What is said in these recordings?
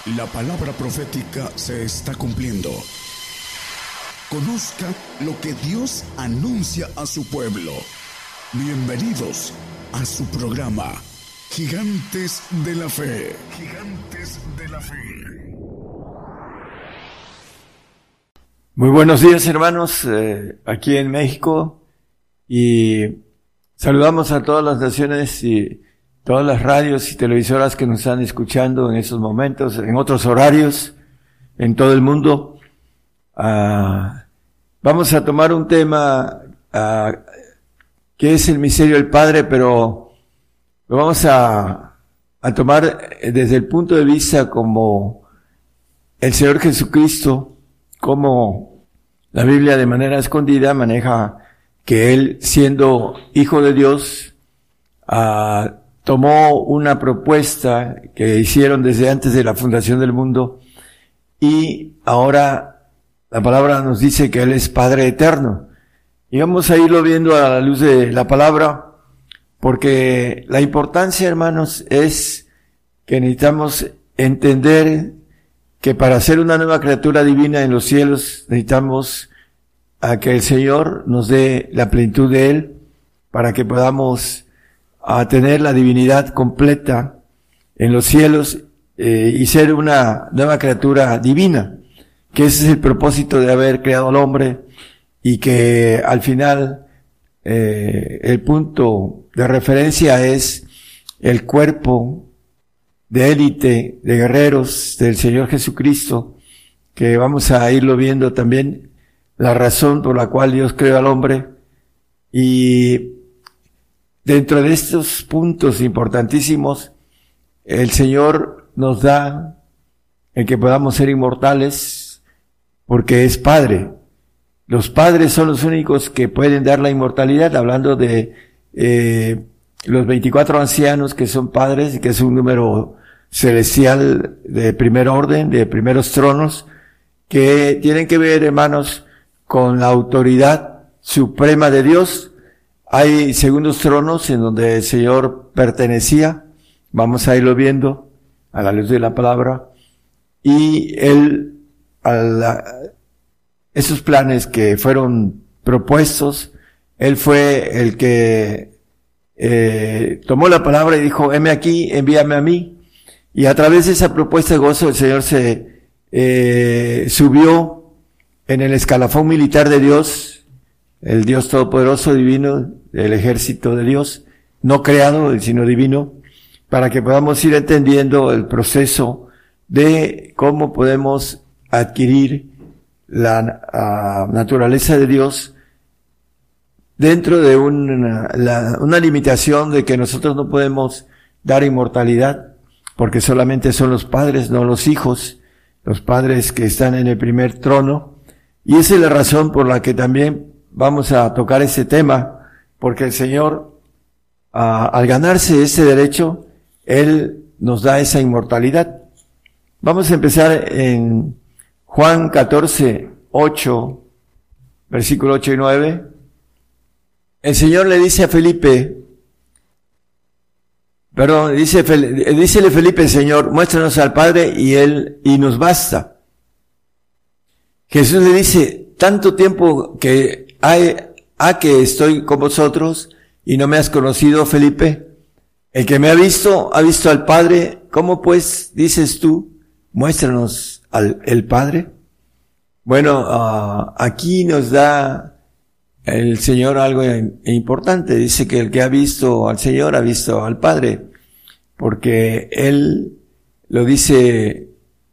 La palabra profética se está cumpliendo. Conozca lo que Dios anuncia a su pueblo. Bienvenidos a su programa, Gigantes de la Fe. Gigantes de la Fe. Muy buenos días, hermanos, aquí en México, y saludamos a todas las naciones y todas las radios y televisoras que nos están escuchando en estos momentos, en otros horarios, en todo el mundo. Vamos a tomar un tema que es el misterio del Padre, pero lo vamos a tomar desde el punto de vista como el Señor Jesucristo, como la Biblia de manera escondida maneja que Él, siendo Hijo de Dios, tomó una propuesta que hicieron desde antes de la fundación del mundo, y ahora la palabra nos dice que Él es Padre eterno. Y vamos a irlo viendo a la luz de la palabra, porque la importancia, hermanos, es que necesitamos entender que para ser una nueva criatura divina en los cielos necesitamos a que el Señor nos dé la plenitud de Él para que podamos a tener la divinidad completa en los cielos y ser una nueva criatura divina, que ese es el propósito de haber creado al hombre, y que al final el punto de referencia es el cuerpo de élite, de guerreros del Señor Jesucristo, que vamos a irlo viendo también, la razón por la cual Dios creó al hombre. Y dentro de estos puntos importantísimos, el Señor nos da el que podamos ser inmortales, porque es Padre. Los padres son los únicos que pueden dar la inmortalidad, hablando de los 24 ancianos que son padres, que es un número celestial de primer orden, de primeros tronos, que tienen que ver, hermanos, con la autoridad suprema de Dios. Hay segundos tronos en donde el Señor pertenecía, vamos a irlo viendo a la luz de la palabra, y Él, esos planes que fueron propuestos, Él fue el que tomó la palabra y dijo: heme aquí, envíame a mí. Y a través de esa propuesta de gozo, el Señor se subió en el escalafón militar de Dios, el Dios todopoderoso, divino, el ejército de Dios, no creado, sino divino, para que podamos ir entendiendo el proceso de cómo podemos adquirir la naturaleza de Dios dentro de una limitación de que nosotros no podemos dar inmortalidad, porque solamente son los padres, no los hijos, los padres que están en el primer trono. Y esa es la razón por la que también vamos a tocar ese tema, porque el Señor, al ganarse ese derecho, Él nos da esa inmortalidad. Vamos a empezar en Juan 14, 8, versículo 8 y 9. El Señor le dice a Felipe, dícele Felipe, Señor, muéstranos al Padre y nos basta. Jesús le dice: tanto tiempo que ha que estoy con vosotros y no me has conocido, Felipe. El que me ha visto al Padre. ¿Cómo pues dices tú, muéstranos el Padre? Bueno, aquí nos da el Señor algo importante. Dice que el que ha visto al Señor ha visto al Padre, porque Él lo dice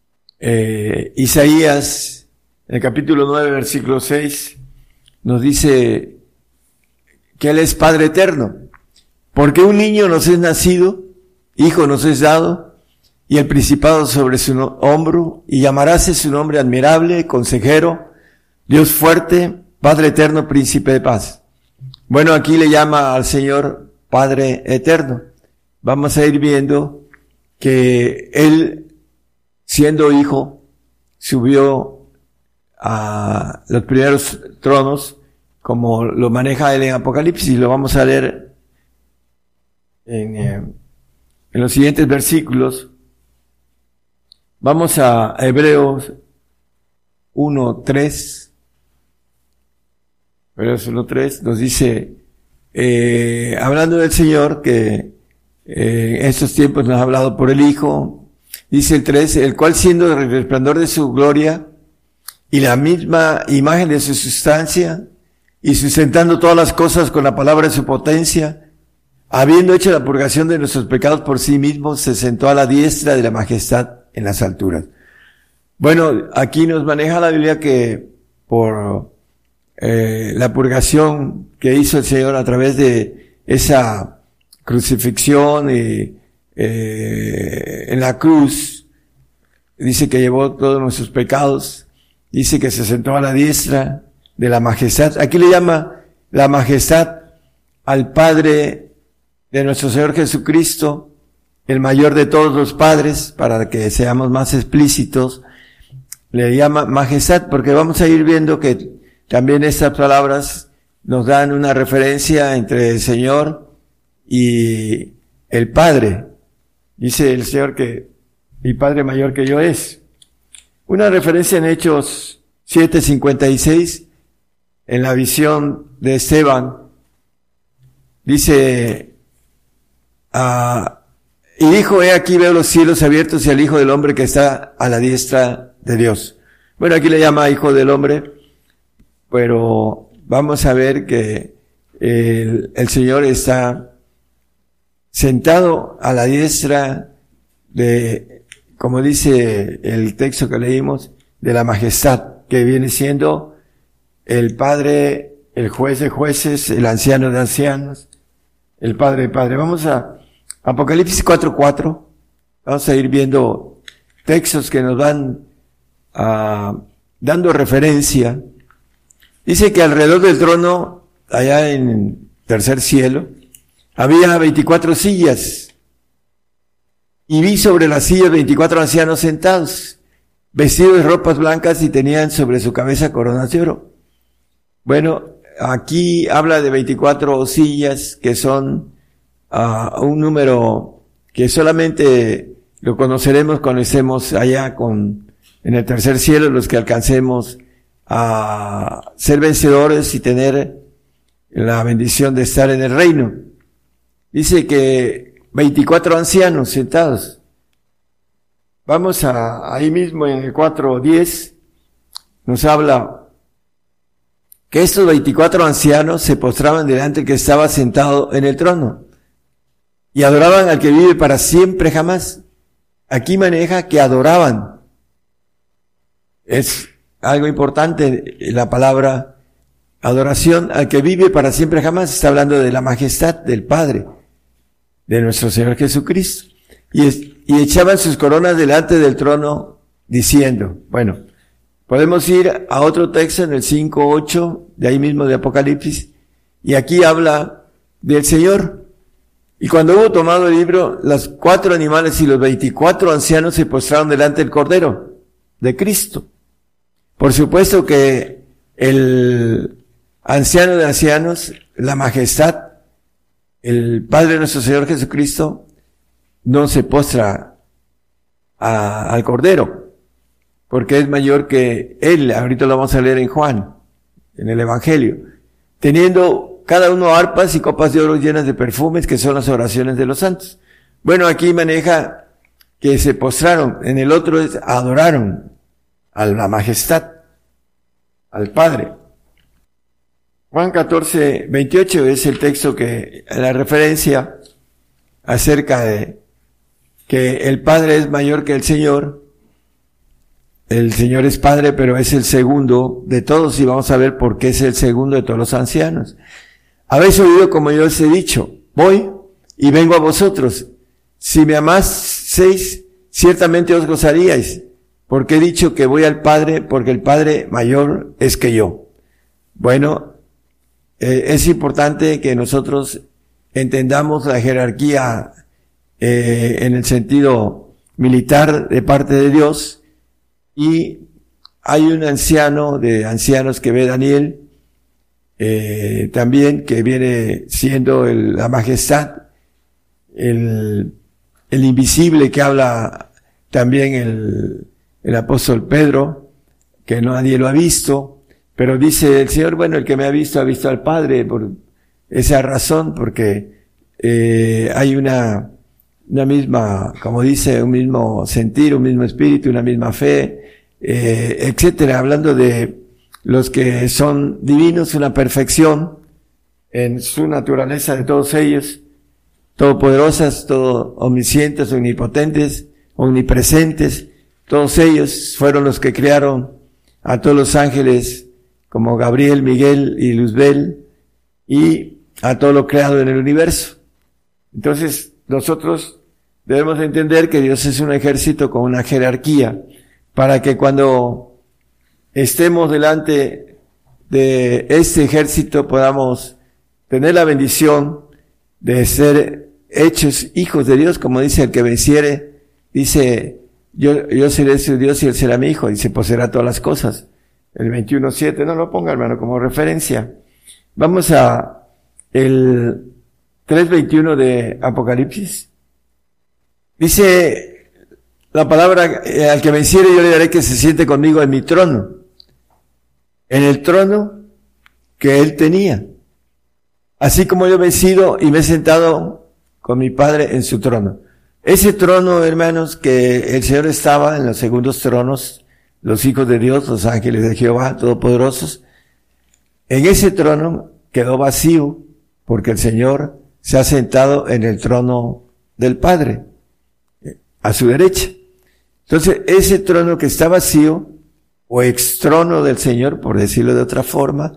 Isaías, en el capítulo 9, versículo 6, nos dice que Él es Padre eterno, porque un niño nos es nacido, hijo nos es dado, y el principado sobre su hombro, y llamaráse su nombre admirable, consejero, Dios fuerte, Padre eterno, príncipe de paz. Bueno, aquí le llama al Señor Padre eterno. Vamos a ir viendo que Él, siendo hijo, subió a los primeros tronos, como lo maneja Él en Apocalipsis. Lo vamos a leer en los siguientes versículos. Vamos a Hebreos 1:3. Hebreos 1:3 nos dice, hablando del Señor, que en estos tiempos nos ha hablado por el Hijo, dice el 3, el cual siendo el resplandor de su gloria y la misma imagen de su sustancia, y sustentando todas las cosas con la palabra de su potencia, habiendo hecho la purgación de nuestros pecados por sí mismo, se sentó a la diestra de la majestad en las alturas. Bueno, aquí nos maneja la Biblia que por la purgación que hizo el Señor a través de esa crucifixión y en la cruz, dice que llevó todos nuestros pecados, dice que se sentó a la diestra de la majestad. Aquí le llama la majestad al Padre de nuestro Señor Jesucristo, el mayor de todos los padres, para que seamos más explícitos. Le llama majestad porque vamos a ir viendo que también estas palabras nos dan una referencia entre el Señor y el Padre. Dice el Señor que mi Padre mayor que yo es. Una referencia en Hechos 7:56, en la visión de Esteban, dice, y dijo, he aquí veo los cielos abiertos y al Hijo del Hombre que está a la diestra de Dios. Bueno, aquí le llama Hijo del Hombre, pero vamos a ver que el Señor está sentado a la diestra de, como dice el texto que leímos, de la majestad, que viene siendo el Padre, el juez de jueces, el anciano de ancianos, el Padre de Padre. Vamos a Apocalipsis 4:4. Vamos a ir viendo textos que nos van dando referencia. Dice que alrededor del trono, allá en tercer cielo, había 24 sillas. Y vi sobre las sillas 24 ancianos sentados, vestidos de ropas blancas y tenían sobre su cabeza coronas de oro. Bueno, aquí habla de 24 sillas que son un número que solamente lo conoceremos cuando estemos allá en el tercer cielo, los que alcancemos a ser vencedores y tener la bendición de estar en el reino. Dice que 24 ancianos sentados. Vamos ahí mismo en el 4:10, nos habla que estos 24 ancianos se postraban delante del que estaba sentado en el trono y adoraban al que vive para siempre jamás. Aquí maneja que adoraban. Es algo importante la palabra adoración al que vive para siempre jamás. Está hablando de la majestad del Padre, de nuestro Señor Jesucristo. Y echaban sus coronas delante del trono diciendo, bueno, podemos ir a otro texto en el 5:8, de ahí mismo de Apocalipsis, y aquí habla del Señor. Y cuando hubo tomado el libro, los 4 animales y los 24 ancianos se postraron delante del Cordero de Cristo. Por supuesto que el anciano de ancianos, la majestad, el Padre de nuestro Señor Jesucristo, no se postra al Cordero, porque es mayor que Él. Ahorita lo vamos a leer en Juan, en el Evangelio. Teniendo cada uno arpas y copas de oro llenas de perfumes, que son las oraciones de los santos. Bueno, aquí maneja que se postraron, en el otro es adoraron a la majestad, al Padre. Juan 14:28 es el texto que, la referencia acerca de que el Padre es mayor que el Señor. El Señor es Padre, pero es el segundo de todos, y vamos a ver por qué es el segundo de todos los ancianos. Habéis oído como yo os he dicho, voy y vengo a vosotros. Si me amaseis, ciertamente os gozaríais, porque he dicho que voy al Padre, porque el Padre mayor es que yo. Bueno, es importante que nosotros entendamos la jerarquía en el sentido militar de parte de Dios, y hay un anciano de ancianos que ve Daniel, también, que viene siendo la majestad, el invisible que habla también el apóstol Pedro, que nadie lo ha visto, pero dice el Señor, bueno, el que me ha visto al Padre, por esa razón, porque hay una misma, como dice, un mismo sentir, un mismo espíritu, una misma fe, etcétera, hablando de los que son divinos, una perfección en su naturaleza de todos ellos, todopoderosas, todo omniscientes, omnipotentes, omnipresentes, todos ellos fueron los que crearon a todos los ángeles, como Gabriel, Miguel y Luzbel, y a todo lo creado en el universo. Entonces, nosotros debemos entender que Dios es un ejército con una jerarquía, para que cuando estemos delante de este ejército podamos tener la bendición de ser hechos hijos de Dios, como dice el que venciere, dice, yo seré su Dios y él será mi hijo, y se poseerá todas las cosas. El 21:7, no lo ponga, hermano, como referencia. Vamos a el 3:21 de Apocalipsis. Dice la palabra, al que venciere yo le daré que se siente conmigo en mi trono, en el trono que él tenía, así como yo he vencido y me he sentado con mi Padre en su trono. Ese trono, hermanos, que el Señor estaba en los segundos tronos, los hijos de Dios, los ángeles de Jehová, todopoderosos, en ese trono quedó vacío, porque el Señor se ha sentado en el trono del Padre, a su derecha. Entonces, ese trono que está vacío, o extrono del Señor, por decirlo de otra forma,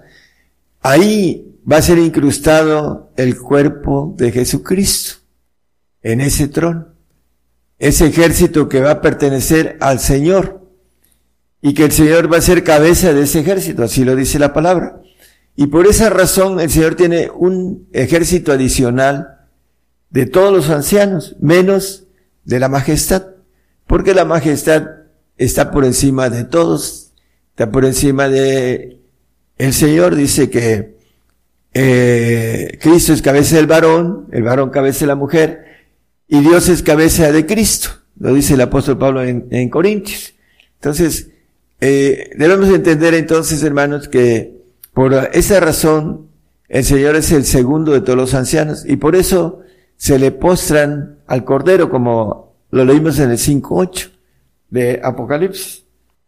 ahí va a ser incrustado el cuerpo de Jesucristo, en ese trono. Ese ejército que va a pertenecer al Señor, y que el Señor va a ser cabeza de ese ejército, así lo dice la palabra. Y por esa razón el Señor tiene un ejército adicional de todos los ancianos, menos de la majestad, porque la majestad está por encima de todos, está por encima de el Señor. Dice que Cristo es cabeza del varón, el varón cabeza de la mujer, y Dios es cabeza de Cristo, lo dice el apóstol Pablo en Corintios. Entonces, debemos entender entonces, hermanos, que por esa razón el Señor es el segundo de todos los ancianos, y por eso se le postran al Cordero, como lo leímos en el 5:8 de Apocalipsis.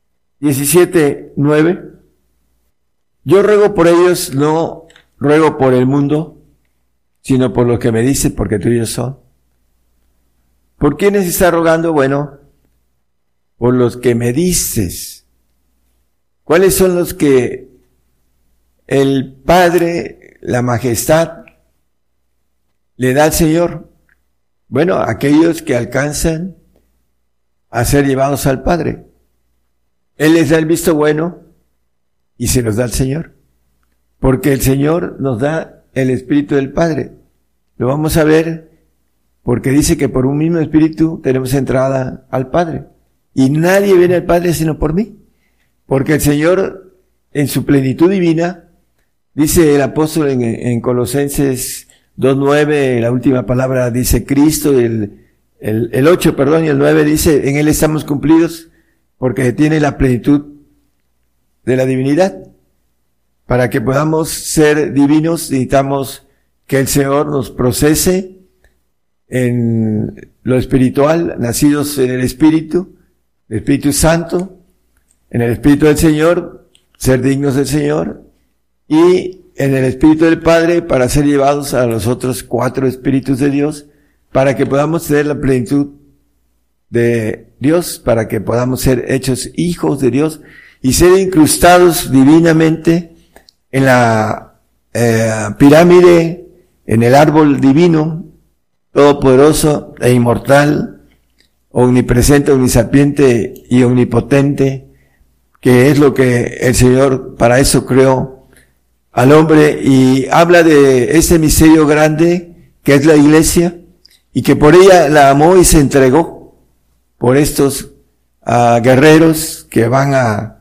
17:9. Yo ruego por ellos, no ruego por el mundo, sino por los que me dicen, porque tuyos son. ¿Por quiénes está rogando? Bueno, por los que me dices. ¿Cuáles son los que el Padre, la majestad, le da al Señor? Bueno, aquellos que alcanzan a ser llevados al Padre. Él les da el visto bueno y se los da al Señor. Porque el Señor nos da el Espíritu del Padre. Lo vamos a ver porque dice que por un mismo Espíritu tenemos entrada al Padre. Y nadie viene al Padre sino por mí. Porque el Señor, en su plenitud divina, dice el apóstol en Colosenses 2:9, la última palabra dice Cristo, el 8, perdón, y el 9 dice, en Él estamos cumplidos, porque tiene la plenitud de la divinidad. Para que podamos ser divinos, necesitamos que el Señor nos procese en lo espiritual, nacidos en el Espíritu Santo, en el Espíritu del Señor, ser dignos del Señor, y en el Espíritu del Padre para ser llevados a los otros 4 Espíritus de Dios, para que podamos tener la plenitud de Dios, para que podamos ser hechos hijos de Dios y ser incrustados divinamente en la pirámide, en el árbol divino, todopoderoso e inmortal, omnipresente, omnisapiente y omnipotente, que es lo que el Señor para eso creó al hombre, y habla de ese misterio grande que es la iglesia, y que por ella la amó y se entregó por estos guerreros que van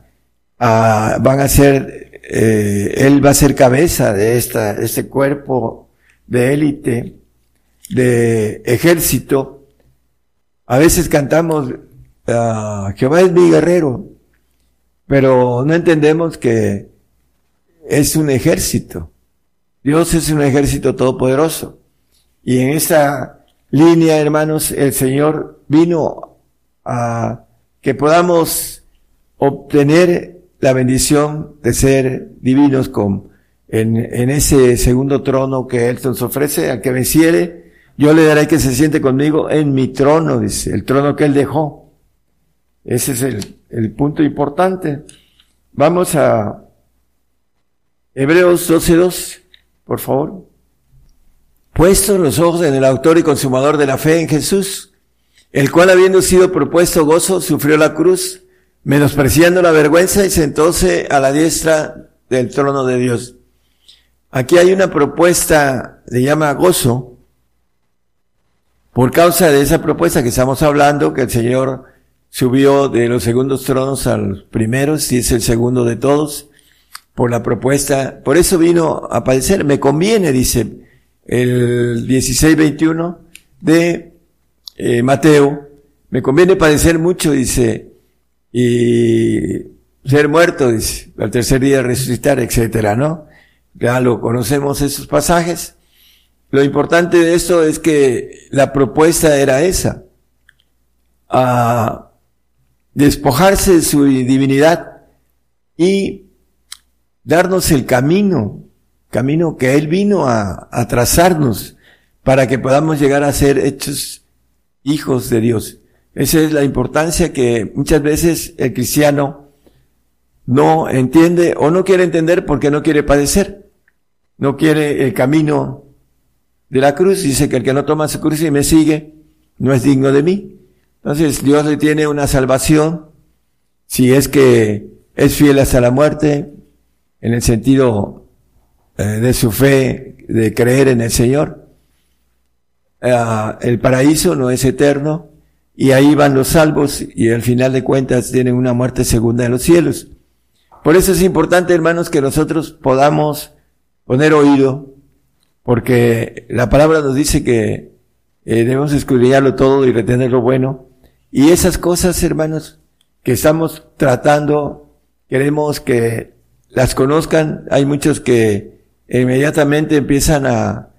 a ser, él va a ser cabeza de este cuerpo de élite, de ejército. A veces cantamos Jehová es mi guerrero, pero no entendemos que es un ejército. Dios es un ejército todopoderoso. Y en esta línea, hermanos, el Señor vino a que podamos obtener la bendición de ser divinos en ese segundo trono que Él nos ofrece. Al que venciere, yo le daré que se siente conmigo en mi trono, dice, el trono que Él dejó. Ese es el punto importante. Vamos a Hebreos 12:2, por favor. Puestos los ojos en el autor y consumador de la fe, en Jesús, el cual, habiendo sido propuesto gozo, sufrió la cruz, menospreciando la vergüenza, y sentóse a la diestra del trono de Dios. Aquí hay una propuesta, se llama gozo, por causa de esa propuesta que estamos hablando, que el Señor subió de los segundos tronos a los primeros, y es el segundo de todos, por la propuesta. Por eso vino a padecer. Me conviene, dice el 16:21 de Mateo, me conviene padecer mucho, dice, y ser muerto, dice, al tercer día resucitar, etcétera, ¿no? Ya lo conocemos esos pasajes. Lo importante de esto es que la propuesta era esa, a despojarse de su divinidad y darnos el camino que Él vino a trazarnos para que podamos llegar a ser hechos hijos de Dios. Esa es la importancia que muchas veces el cristiano no entiende o no quiere entender porque no quiere padecer. No quiere el camino de la cruz. Dice que el que no toma su cruz y me sigue no es digno de mí. Entonces Dios le tiene una salvación si es que es fiel hasta la muerte, en el sentido de su fe, de creer en el Señor. El paraíso no es eterno, y ahí van los salvos, y al final de cuentas tienen una muerte segunda en los cielos. Por eso es importante, hermanos, que nosotros podamos poner oído, porque la palabra nos dice que debemos escudriñarlo todo y retener lo bueno. Y esas cosas, hermanos, que estamos tratando, queremos que las conozcan. Hay muchos que inmediatamente empiezan a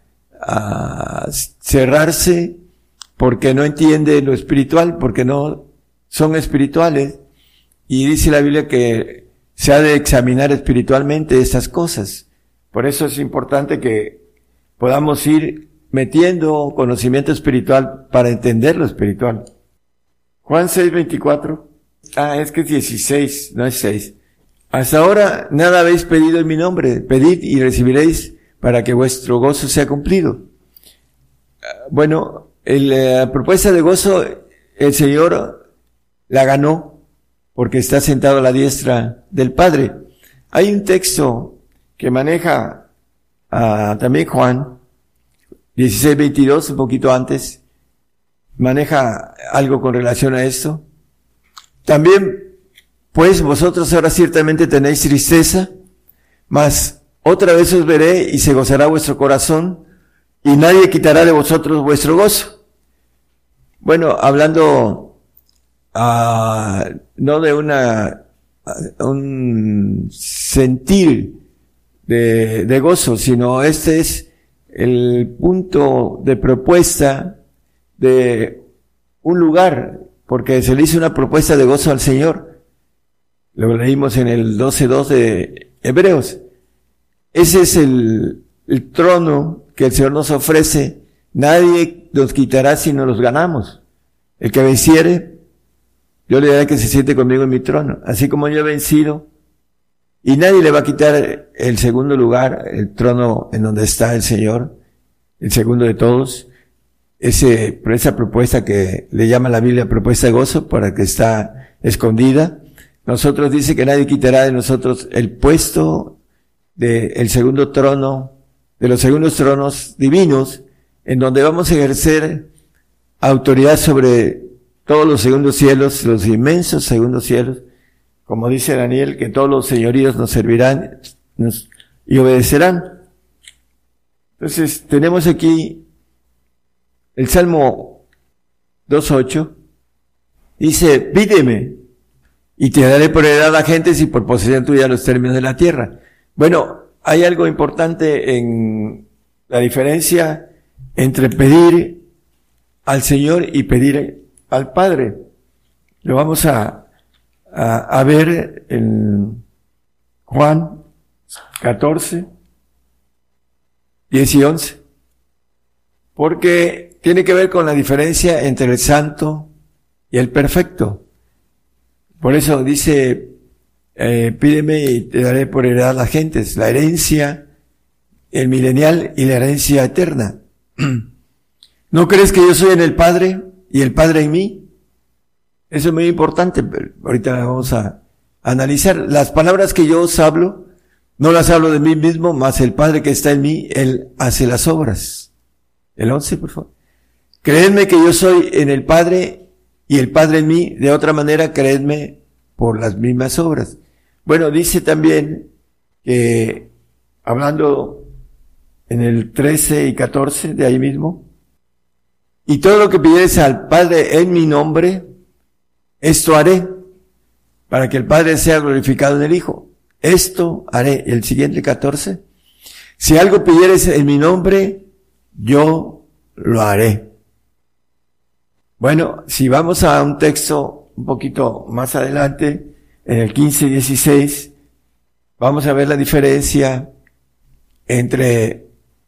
cerrarse porque no entienden lo espiritual, porque no son espirituales. Y dice la Biblia que se ha de examinar espiritualmente estas cosas. Por eso es importante que podamos ir metiendo conocimiento espiritual para entender lo espiritual. Juan 6:24. Es que es 16, no es 6. Hasta ahora nada habéis pedido en mi nombre. Pedid y recibiréis para que vuestro gozo sea cumplido. Bueno, la propuesta de gozo el Señor la ganó porque está sentado a la diestra del Padre. Hay un texto que maneja también Juan 16:22, un poquito antes, maneja algo con relación a esto. También, pues vosotros ahora ciertamente tenéis tristeza, mas otra vez os veré y se gozará vuestro corazón, y nadie quitará de vosotros vuestro gozo. Bueno, hablando no de un sentir de gozo, sino este es el punto de propuesta de un lugar, porque se le hizo una propuesta de gozo al Señor. Lo leímos en el 12:2 de Hebreos. Ese es el trono que el Señor nos ofrece. Nadie nos quitará si no los ganamos. El que venciere, yo le daré que se siente conmigo en mi trono. Así como yo he vencido, y nadie le va a quitar el segundo lugar, el trono en donde está el Señor, el segundo de todos. Esa propuesta que le llama la Biblia propuesta de gozo, para que está escondida. Nosotros dice que nadie quitará de nosotros el puesto del segundo trono, de los segundos tronos divinos, en donde vamos a ejercer autoridad sobre todos los segundos cielos, los inmensos segundos cielos, como dice Daniel, que todos los señoríos nos servirán y obedecerán. Entonces, tenemos aquí el Salmo 2:8, Dice, pídeme y te daré por heredad a gentes y por posesión tuya los términos de la tierra. Bueno, hay algo importante en la diferencia entre pedir al Señor y pedir al Padre. Lo vamos a ver en Juan 14, 10 y 11. Porque tiene que ver con la diferencia entre el santo y el perfecto. Por eso dice, pídeme y te daré por heredad a las gentes, la herencia, el milenial y la herencia eterna. ¿No crees que yo soy en el Padre y el Padre en mí? Eso es muy importante, pero ahorita vamos a analizar. Las palabras que yo os hablo, no las hablo de mí mismo, mas el Padre que está en mí, Él hace las obras. El 11, por favor. Creedme que yo soy en el Padre y el Padre en mí, de otra manera creedme por las mismas obras. Bueno, dice también que, hablando en el 13 y 14 de ahí mismo, y todo lo que pidieres al Padre en mi nombre, esto haré, para que el Padre sea glorificado en el Hijo. Esto haré. El siguiente 14. Si algo pidieres en mi nombre, yo lo haré. Bueno, si vamos a un texto un poquito más adelante, en el 15 y 16, vamos a ver la diferencia entre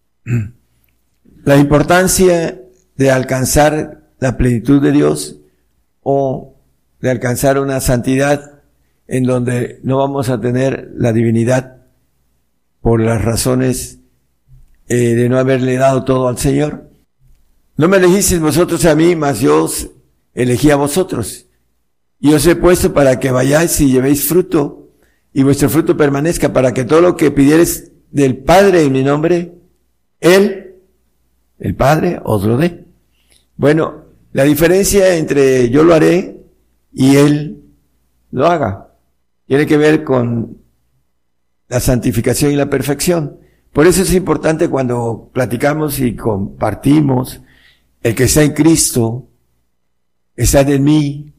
la importancia de alcanzar la plenitud de Dios o de alcanzar una santidad en donde no vamos a tener la divinidad por las razones de no haberle dado todo al Señor. No me elegisteis vosotros a mí, mas yo os elegí a vosotros. Y os he puesto para que vayáis y llevéis fruto, y vuestro fruto permanezca, para que todo lo que pidiereis del Padre en mi nombre, Él, el Padre, os lo dé. Bueno, la diferencia entre yo lo haré y Él lo haga tiene que ver con la santificación y la perfección. Por eso es importante cuando platicamos y compartimos, el que está en Cristo, está en mí,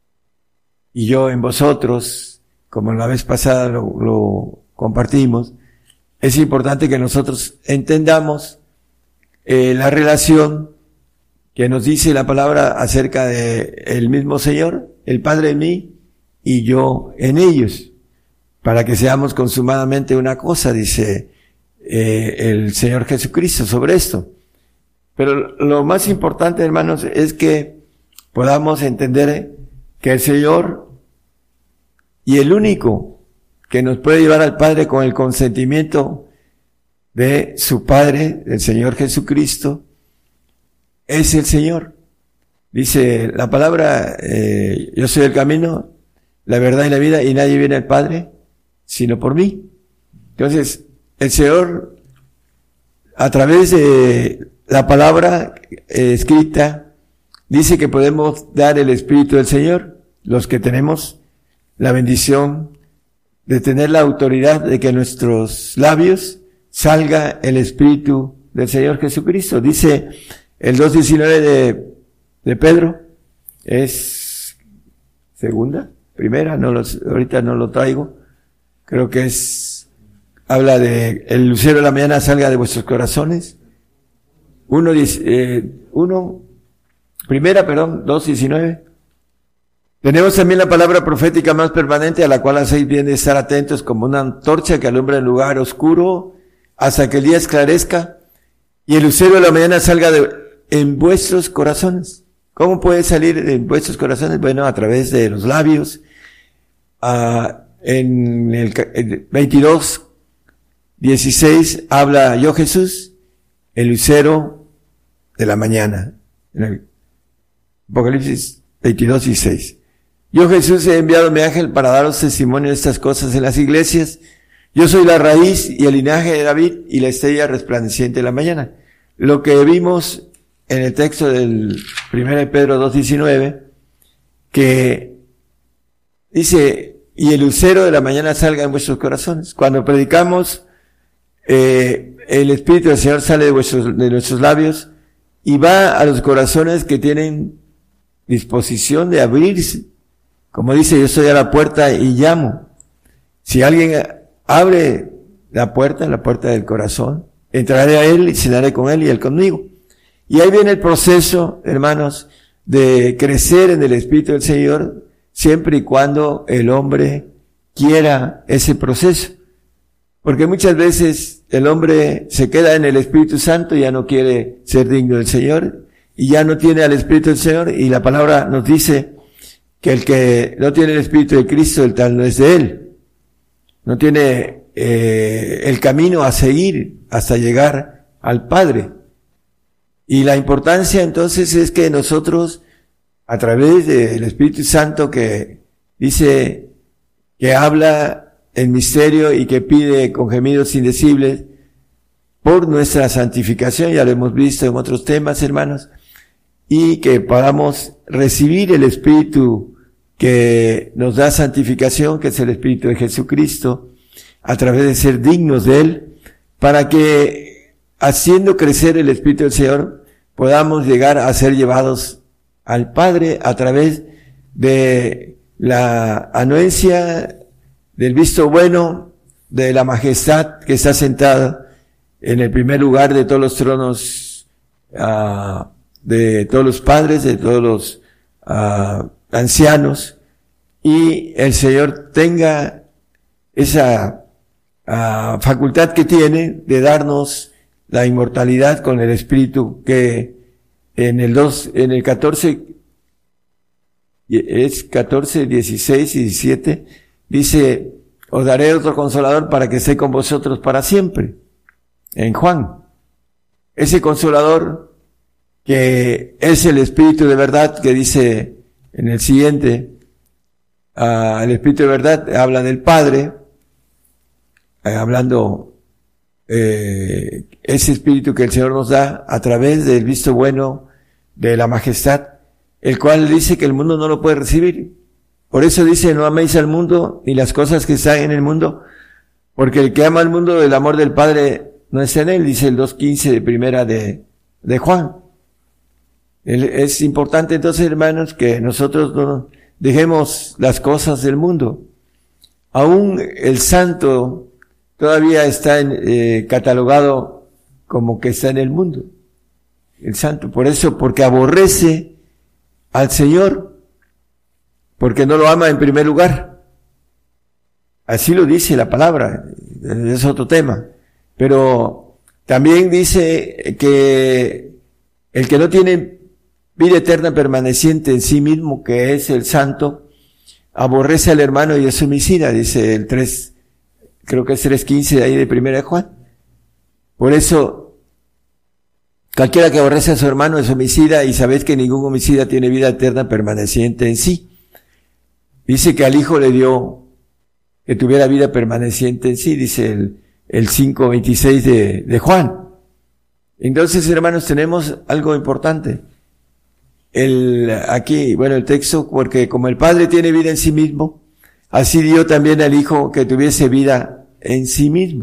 y yo en vosotros, como la vez pasada lo compartimos. Es importante que nosotros entendamos la relación que nos dice la palabra acerca de el mismo Señor, el Padre en mí y yo en ellos, para que seamos consumadamente una cosa, dice el Señor Jesucristo sobre esto. Pero lo más importante, hermanos, es que podamos entender que el Señor y el único que nos puede llevar al Padre con el consentimiento de su Padre, el Señor Jesucristo, es el Señor. Dice la palabra, yo soy el camino, la verdad y la vida, y nadie viene al Padre sino por mí. Entonces, el Señor, a través de la palabra escrita, dice que podemos dar el Espíritu del Señor, los que tenemos la bendición de tener la autoridad de que en nuestros labios salga el Espíritu del Señor Jesucristo. Dice el 2:19 de Pedro, es segunda, primera, ahorita no lo traigo, creo que habla de el lucero de la mañana salga de vuestros corazones. 2:19. Tenemos también la palabra profética más permanente, a la cual hacéis bien de estar atentos como una antorcha que alumbra en lugar oscuro hasta que el día esclarezca y el lucero de la mañana salga en vuestros corazones. ¿Cómo puede salir en vuestros corazones? Bueno, a través de los labios. En el 22:16 habla yo Jesús, el lucero de la mañana. En el Apocalipsis 22:16. Yo Jesús he enviado mi ángel para daros testimonio de estas cosas en las iglesias. Yo soy la raíz y el linaje de David y la estrella resplandeciente de la mañana. Lo que vimos en el texto del 1 Pedro 2:19, que dice, y el lucero de la mañana salga en vuestros corazones. Cuando predicamos, el Espíritu del Señor sale de nuestros labios y va a los corazones que tienen disposición de abrirse. Como dice, yo estoy a la puerta y llamo. Si alguien abre la puerta del corazón, entraré a él y cenaré con él y él conmigo. Y ahí viene el proceso, hermanos, de crecer en el Espíritu del Señor, siempre y cuando el hombre quiera ese proceso. Porque muchas veces el hombre se queda en el Espíritu Santo y ya no quiere ser digno del Señor, y ya no tiene al Espíritu del Señor, y la palabra nos dice que el que no tiene el Espíritu de Cristo, el tal no es de él. No tiene el camino a seguir hasta llegar al Padre. Y la importancia entonces es que nosotros, a través del Espíritu Santo que dice que habla en misterio y que pide con gemidos indecibles por nuestra santificación, ya lo hemos visto en otros temas, hermanos, y que podamos recibir el Espíritu que nos da santificación, que es el Espíritu de Jesucristo, a través de ser dignos de Él, para que, haciendo crecer el Espíritu del Señor, podamos llegar a ser llevados al Padre a través de la anuencia del visto bueno de la majestad que está sentada en el primer lugar de todos los tronos, de todos los padres, de todos los ancianos, y el Señor tenga esa facultad que tiene de darnos la inmortalidad con el Espíritu, que en el 14, 16 y 17, dice, os daré otro consolador para que esté con vosotros para siempre. En Juan. Ese consolador que es el Espíritu de verdad, que dice en el siguiente, el Espíritu de verdad habla del Padre, hablando ese Espíritu que el Señor nos da a través del visto bueno de la majestad, el cual dice que el mundo no lo puede recibir. Por eso dice, no améis al mundo ni las cosas que están en el mundo, porque el que ama al mundo, el amor del Padre no está en él, dice el 2:15 de primera de Juan. Es importante entonces, hermanos, que nosotros no dejemos las cosas del mundo. Aún el santo todavía está catalogado como que está en el mundo. El santo, por eso, porque aborrece al Señor, porque no lo ama en primer lugar. Así lo dice la palabra, es otro tema. Pero también dice que el que no tiene vida eterna permaneciente en sí mismo, que es el santo, aborrece al hermano y es homicida, dice el 3, creo que es 3:15 de ahí de primera de Juan. Por eso, cualquiera que aborrece a su hermano es homicida, y sabéis que ningún homicida tiene vida eterna permaneciente en sí. Dice que al Hijo le dio que tuviera vida permaneciente en sí, dice el 5:26 de Juan. Entonces, hermanos, tenemos algo importante. Aquí, el texto, porque como el Padre tiene vida en sí mismo, así dio también al Hijo que tuviese vida en sí mismo.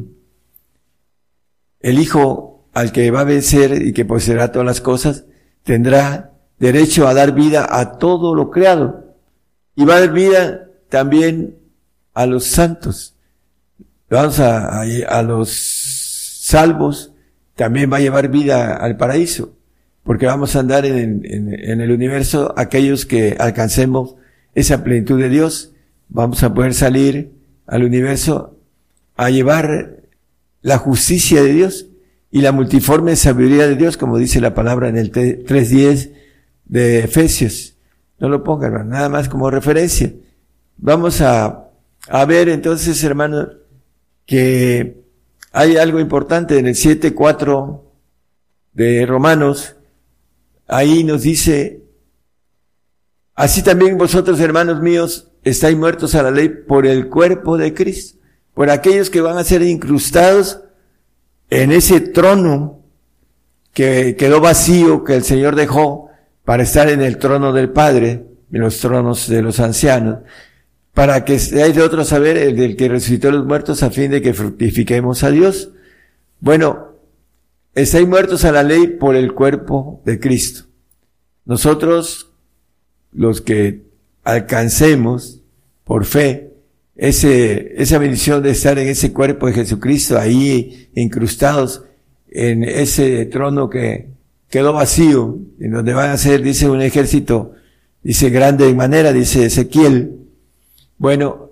El Hijo, al que va a vencer y que poseerá todas las cosas, tendrá derecho a dar vida a todo lo creado. Y va a dar vida también a los santos. Vamos a los salvos, también va a llevar vida al paraíso, porque vamos a andar en el universo, aquellos que alcancemos esa plenitud de Dios, vamos a poder salir al universo a llevar la justicia de Dios y la multiforme sabiduría de Dios, como dice la palabra en el 3:10 de Efesios. No lo pongan, nada más como referencia. Vamos a ver entonces, hermanos, que hay algo importante en el 7:4 de Romanos. Ahí nos dice, así también vosotros, hermanos míos, estáis muertos a la ley por el cuerpo de Cristo, por aquellos que van a ser incrustados en ese trono que quedó vacío, que el Señor dejó para estar en el trono del Padre, en los tronos de los ancianos, para que seáis de otro saber, el del que resucitó a los muertos, a fin de que fructifiquemos a Dios. Bueno, estáis muertos a la ley por el cuerpo de Cristo. Nosotros, los que alcancemos por fe esa bendición de estar en ese cuerpo de Jesucristo, ahí incrustados en ese trono que quedó vacío, en donde van a ser, dice, un ejército, dice, grande en manera, dice Ezequiel. Bueno,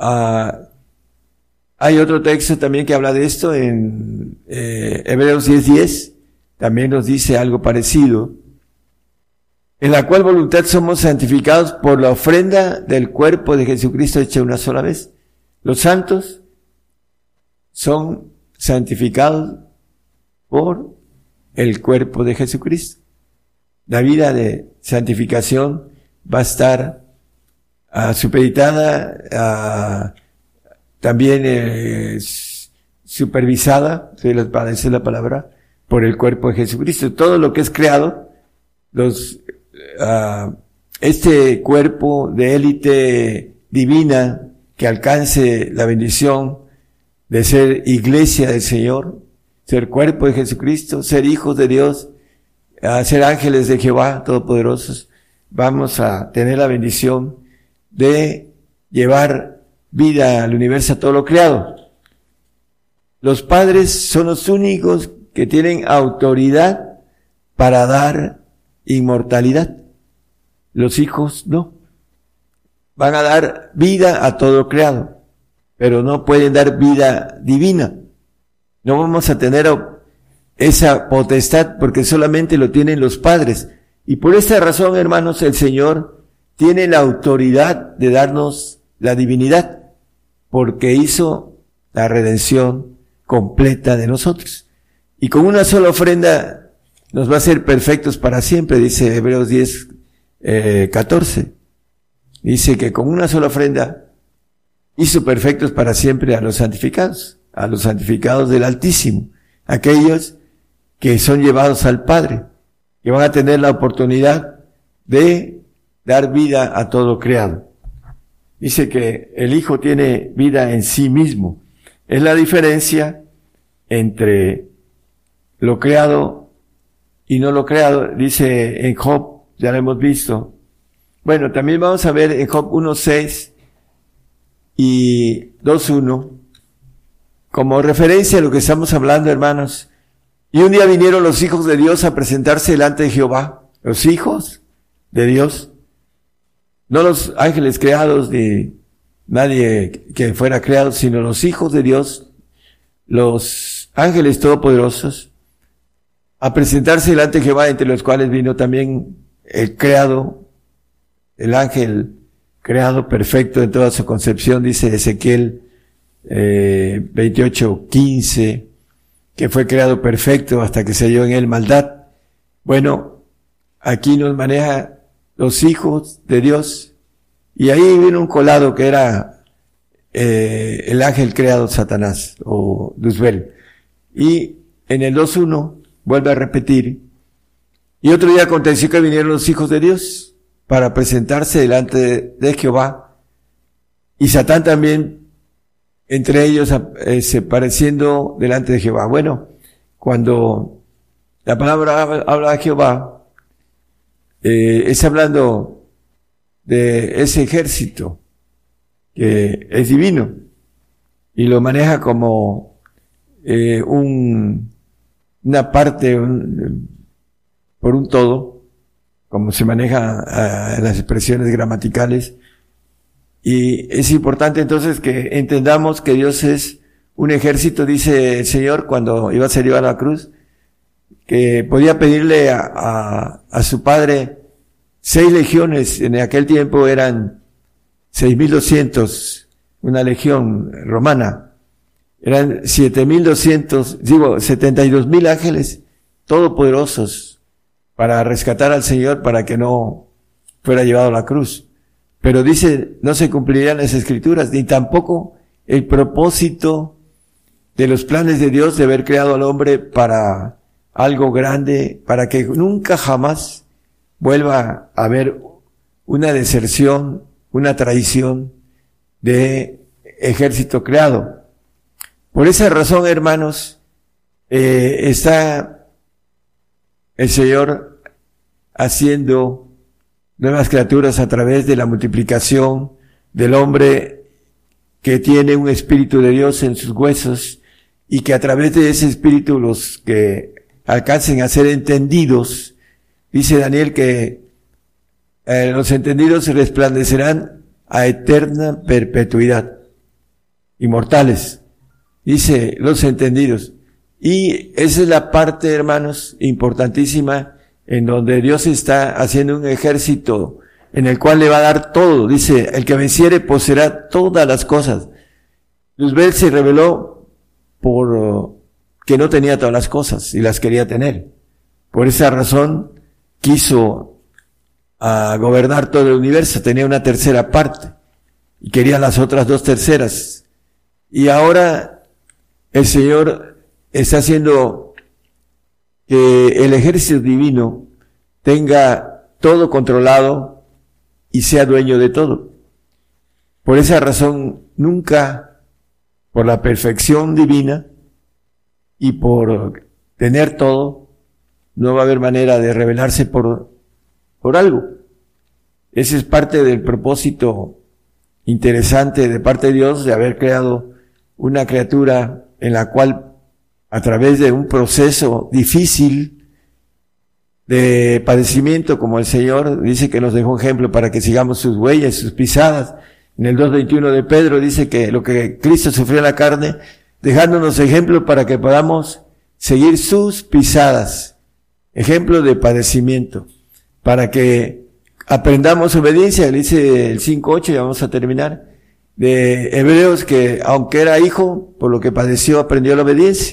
hay otro texto también que habla de esto en Hebreos 10:10, también nos dice algo parecido, en la cual voluntad somos santificados por la ofrenda del cuerpo de Jesucristo hecha una sola vez. Los santos son santificados por el cuerpo de Jesucristo. La vida de santificación va a estar supeditada, también supervisada, esa es la palabra, por el cuerpo de Jesucristo. Todo lo que es creado, este cuerpo de élite divina que alcance la bendición de ser iglesia del Señor, ser cuerpo de Jesucristo, ser hijos de Dios, ser ángeles de Jehová todopoderosos, vamos a tener la bendición de llevar vida al universo, a todo lo creado. Los padres son los únicos que tienen autoridad para dar inmortalidad. Los hijos no. Van a dar vida a todo lo creado, pero no pueden dar vida divina. No vamos a tener esa potestad porque solamente lo tienen los padres. Y por esta razón, hermanos, el Señor tiene la autoridad de darnos la divinidad, porque hizo la redención completa de nosotros. Y con una sola ofrenda nos va a hacer perfectos para siempre, dice Hebreos 10:14. Dice que con una sola ofrenda hizo perfectos para siempre a los santificados del Altísimo, aquellos que son llevados al Padre, que van a tener la oportunidad de dar vida a todo creado. Dice que el Hijo tiene vida en sí mismo. Es la diferencia entre lo creado y no lo creado. Dice en Job, ya lo hemos visto. Bueno, también vamos a ver en Job 1:6 y 2:1, como referencia a lo que estamos hablando, hermanos. Y un día vinieron los hijos de Dios a presentarse delante de Jehová. Los hijos de Dios, no los ángeles creados ni nadie que fuera creado, sino los hijos de Dios, los ángeles todopoderosos, a presentarse delante de Jehová, entre los cuales vino también el creado, el ángel creado perfecto en toda su concepción, dice Ezequiel 28:15, que fue creado perfecto hasta que se halló en él maldad. Bueno, aquí nos maneja los hijos de Dios, y ahí vino un colado que era el ángel creado Satanás o Luzbel. Y en el 2:1 vuelve a repetir: y otro día aconteció que vinieron los hijos de Dios para presentarse delante de Jehová, y Satán también entre ellos se pareciendo delante de Jehová. Bueno, cuando la palabra habla de Jehová, es hablando de ese ejército que es divino y lo maneja como una parte por un todo, como se maneja en las expresiones gramaticales. Y es importante entonces que entendamos que Dios es un ejército, dice el Señor cuando iba a ser llevado a la cruz, que podía pedirle a su Padre 6 legiones. En aquel tiempo eran 6,200, una legión romana. Eran 72,000 ángeles todopoderosos para rescatar al Señor, para que no fuera llevado a la cruz. Pero dice, no se cumplirían las Escrituras, ni tampoco el propósito de los planes de Dios de haber creado al hombre para algo grande, para que nunca jamás vuelva a haber una deserción, una traición de ejército creado. Por esa razón, hermanos, está el Señor haciendo nuevas criaturas a través de la multiplicación del hombre que tiene un espíritu de Dios en sus huesos, y que a través de ese espíritu los que alcancen a ser entendidos, dice Daniel que los entendidos resplandecerán a eterna perpetuidad, inmortales, dice los entendidos. Y esa es la parte, hermanos, importantísima, en donde Dios está haciendo un ejército en el cual le va a dar todo. Dice, el que venciere poseerá todas las cosas. Luzbel se rebeló por que no tenía todas las cosas y las quería tener. Por esa razón quiso gobernar todo el universo, tenía una tercera parte y quería las otras 2/3. Y ahora el Señor está haciendo que el ejército divino tenga todo controlado y sea dueño de todo. Por esa razón, nunca, por la perfección divina y por tener todo, no va a haber manera de rebelarse por algo. Ese es parte del propósito interesante de parte de Dios de haber creado una criatura en la cual, a través de un proceso difícil de padecimiento, como el Señor dice que nos dejó ejemplo para que sigamos sus huellas, sus pisadas. En el 2:21 de Pedro dice que lo que Cristo sufrió en la carne, dejándonos ejemplo para que podamos seguir sus pisadas, ejemplo de padecimiento, para que aprendamos obediencia. Dice el 5:8, ya vamos a terminar, de Hebreos, que aunque era hijo, por lo que padeció, aprendió la obediencia.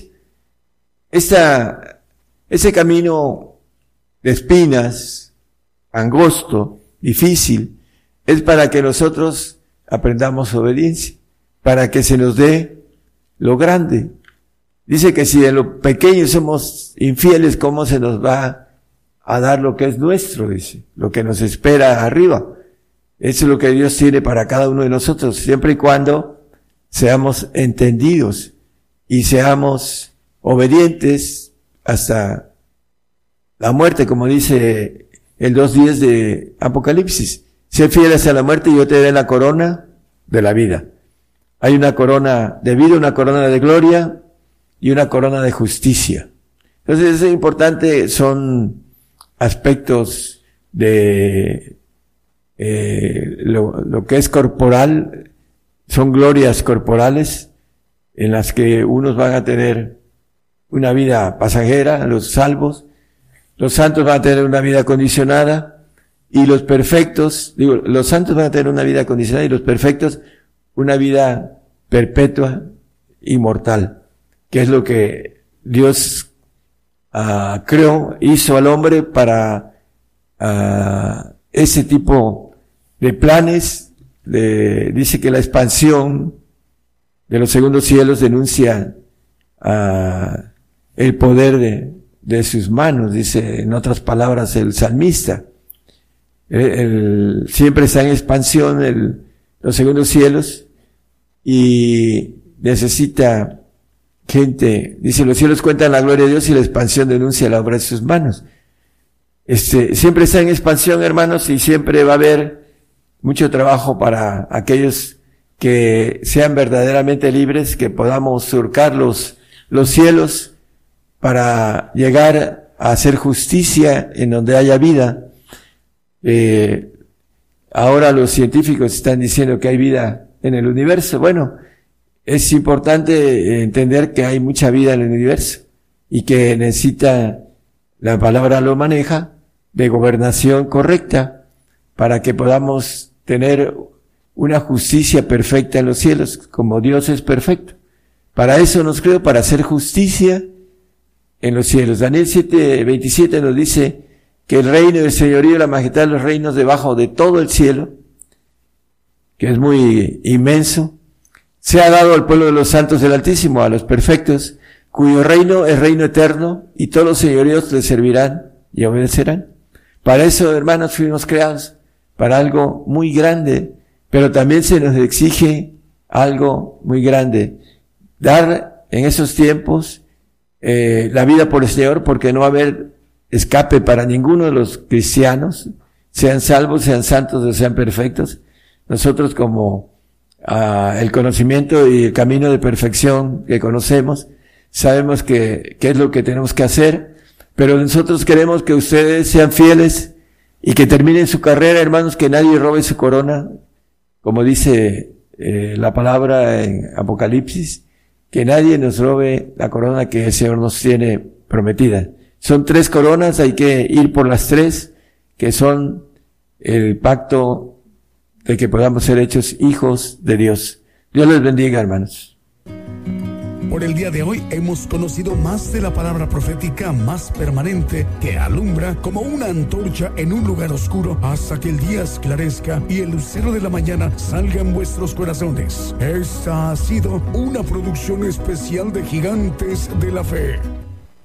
Ese camino de espinas, angosto, difícil, es para que nosotros aprendamos obediencia, para que se nos dé lo grande. Dice que si en lo pequeño somos infieles, ¿cómo se nos va a dar lo que es nuestro? Dice, lo que nos espera arriba. Eso es lo que Dios tiene para cada uno de nosotros, siempre y cuando seamos entendidos y seamos obedientes hasta la muerte, como dice el 2:10 de Apocalipsis. Sé fiel hasta la muerte y yo te daré la corona de la vida. Hay una corona de vida, una corona de gloria y una corona de justicia. Entonces es importante, son aspectos de lo que es corporal, son glorias corporales en las que unos van a tener una vida pasajera, los salvos, los santos van a tener una vida condicionada, y los perfectos, los santos van a tener una vida condicionada y los perfectos una vida perpetua, inmortal, que es lo que Dios creó, hizo al hombre para ese tipo de planes. Dice que la expansión de los segundos cielos denuncia el poder de sus manos, dice en otras palabras el salmista. Siempre está en expansión los segundos cielos y necesita gente. Dice, los cielos cuentan la gloria de Dios y la expansión denuncia la obra de sus manos. Siempre está en expansión, hermanos, y siempre va a haber mucho trabajo para aquellos que sean verdaderamente libres, que podamos surcar los cielos para llegar a hacer justicia en donde haya vida. Ahora los científicos están diciendo que hay vida en el universo. Bueno, es importante entender que hay mucha vida en el universo y que necesita, la palabra lo maneja, de gobernación correcta para que podamos tener una justicia perfecta en los cielos, como Dios es perfecto. Para eso nos creó, para hacer justicia en los cielos. Daniel 7:27 nos dice que el reino, el señorío y la majestad de los reinos debajo de todo el cielo, que es muy inmenso, se ha dado al pueblo de los santos del Altísimo, a los perfectos, cuyo reino es reino eterno, y todos los señoríos le servirán y obedecerán. Para eso, hermanos, fuimos creados, para algo muy grande, pero también se nos exige algo muy grande, dar en esos tiempos la vida por el Señor, porque no va a haber escape para ninguno de los cristianos, sean salvos, sean santos o sean perfectos. Nosotros como el conocimiento y el camino de perfección que conocemos, sabemos qué es lo que tenemos que hacer, pero nosotros queremos que ustedes sean fieles y que terminen su carrera, hermanos, que nadie robe su corona, como dice la palabra en Apocalipsis, que nadie nos robe la corona que el Señor nos tiene prometida. Son 3 coronas, hay que ir por las 3, que son el pacto de que podamos ser hechos hijos de Dios. Dios les bendiga, hermanos. Por el día de hoy hemos conocido más de la palabra profética más permanente que alumbra como una antorcha en un lugar oscuro hasta que el día esclarezca y el lucero de la mañana salga en vuestros corazones. Esta ha sido una producción especial de Gigantes de la Fe.